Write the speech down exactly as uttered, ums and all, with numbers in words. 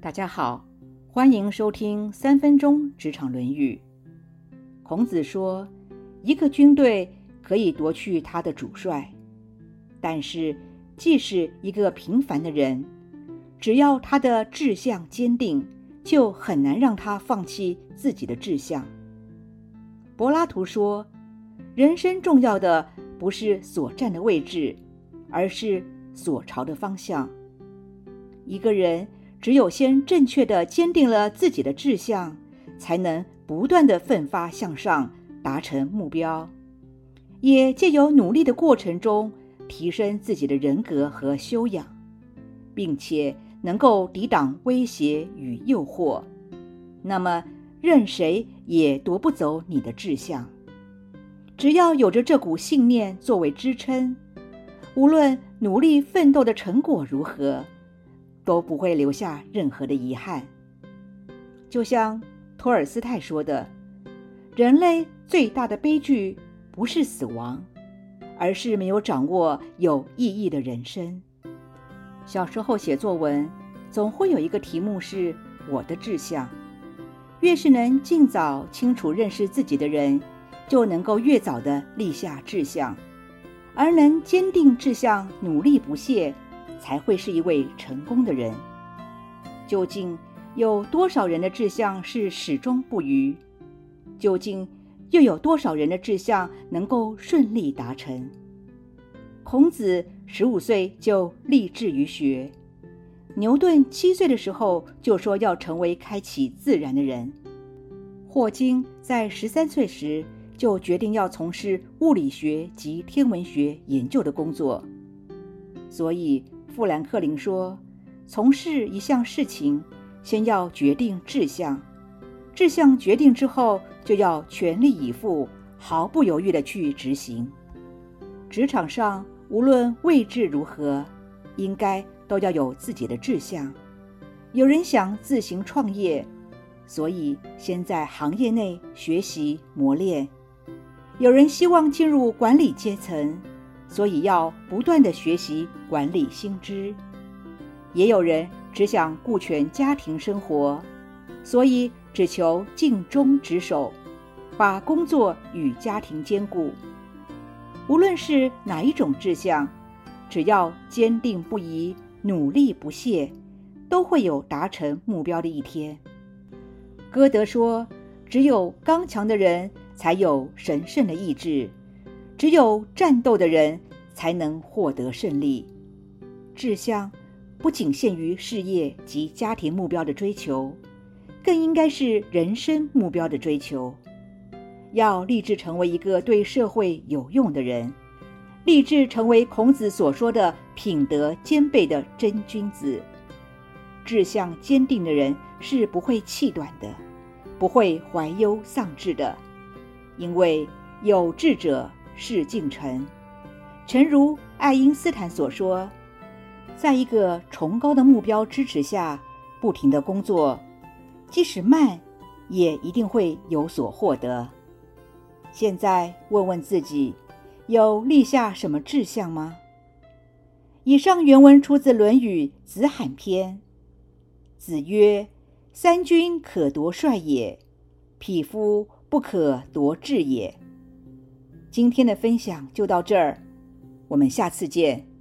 大家好，欢迎收听三分钟职场论语。孔子说，一个军队可以夺去他的主帅，但是即使一个平凡的人，只要他的志向坚定，就很难让他放弃自己的志向。柏拉图说，人生重要的不是所站的位置，而是所朝的方向。一个人只有先正确地坚定了自己的志向，才能不断地奋发向上，达成目标，也借由努力的过程中提升自己的人格和修养，并且能够抵挡威胁与诱惑，那么任谁也夺不走你的志向。只要有着这股信念作为支撑，无论努力奋斗的成果如何，都不会留下任何的遗憾。就像托尔斯泰说的，人类最大的悲剧不是死亡，而是没有掌握有意义的人生。小时候写作文，总会有一个题目是我的志向。越是能尽早清楚认识自己的人，就能够越早地立下志向，而能坚定志向，努力不懈，才会是一位成功的人。究竟有多少人的志向是始终不渝？究竟又有多少人的志向能够顺利达成？孔子十五岁就立志于学，牛顿七岁的时候就说要成为开启自然的人，霍金在十三岁时就决定要从事物理学及天文学研究的工作。所以富兰克林说，从事一项事情，先要决定志向，志向决定之后，就要全力以赴，毫不犹豫地去执行。职场上无论位置如何，应该都要有自己的志向。有人想自行创业，所以先在行业内学习磨练；有人希望进入管理阶层，所以要不断地学习管理新知；也有人只想顾全家庭生活，所以只求尽忠职守，把工作与家庭兼顾。无论是哪一种志向，只要坚定不移，努力不懈，都会有达成目标的一天。歌德说，只有刚强的人才有神圣的意志，只有战斗的人才能获得胜利。志向不仅限于事业及家庭目标的追求，更应该是人生目标的追求。要立志成为一个对社会有用的人，立志成为孔子所说的品德兼备的真君子。志向坚定的人是不会气短的，不会怀忧丧志的，因为有志者事竟成。诚如爱因斯坦所说，在一个崇高的目标支持下不停地工作，即使慢，也一定会有所获得。现在问问自己，有立下什么志向吗？以上原文出自《论语·子罕篇》。子曰：三军可夺帅也，匹夫不可夺志也。今天的分享就到这儿，我们下次见。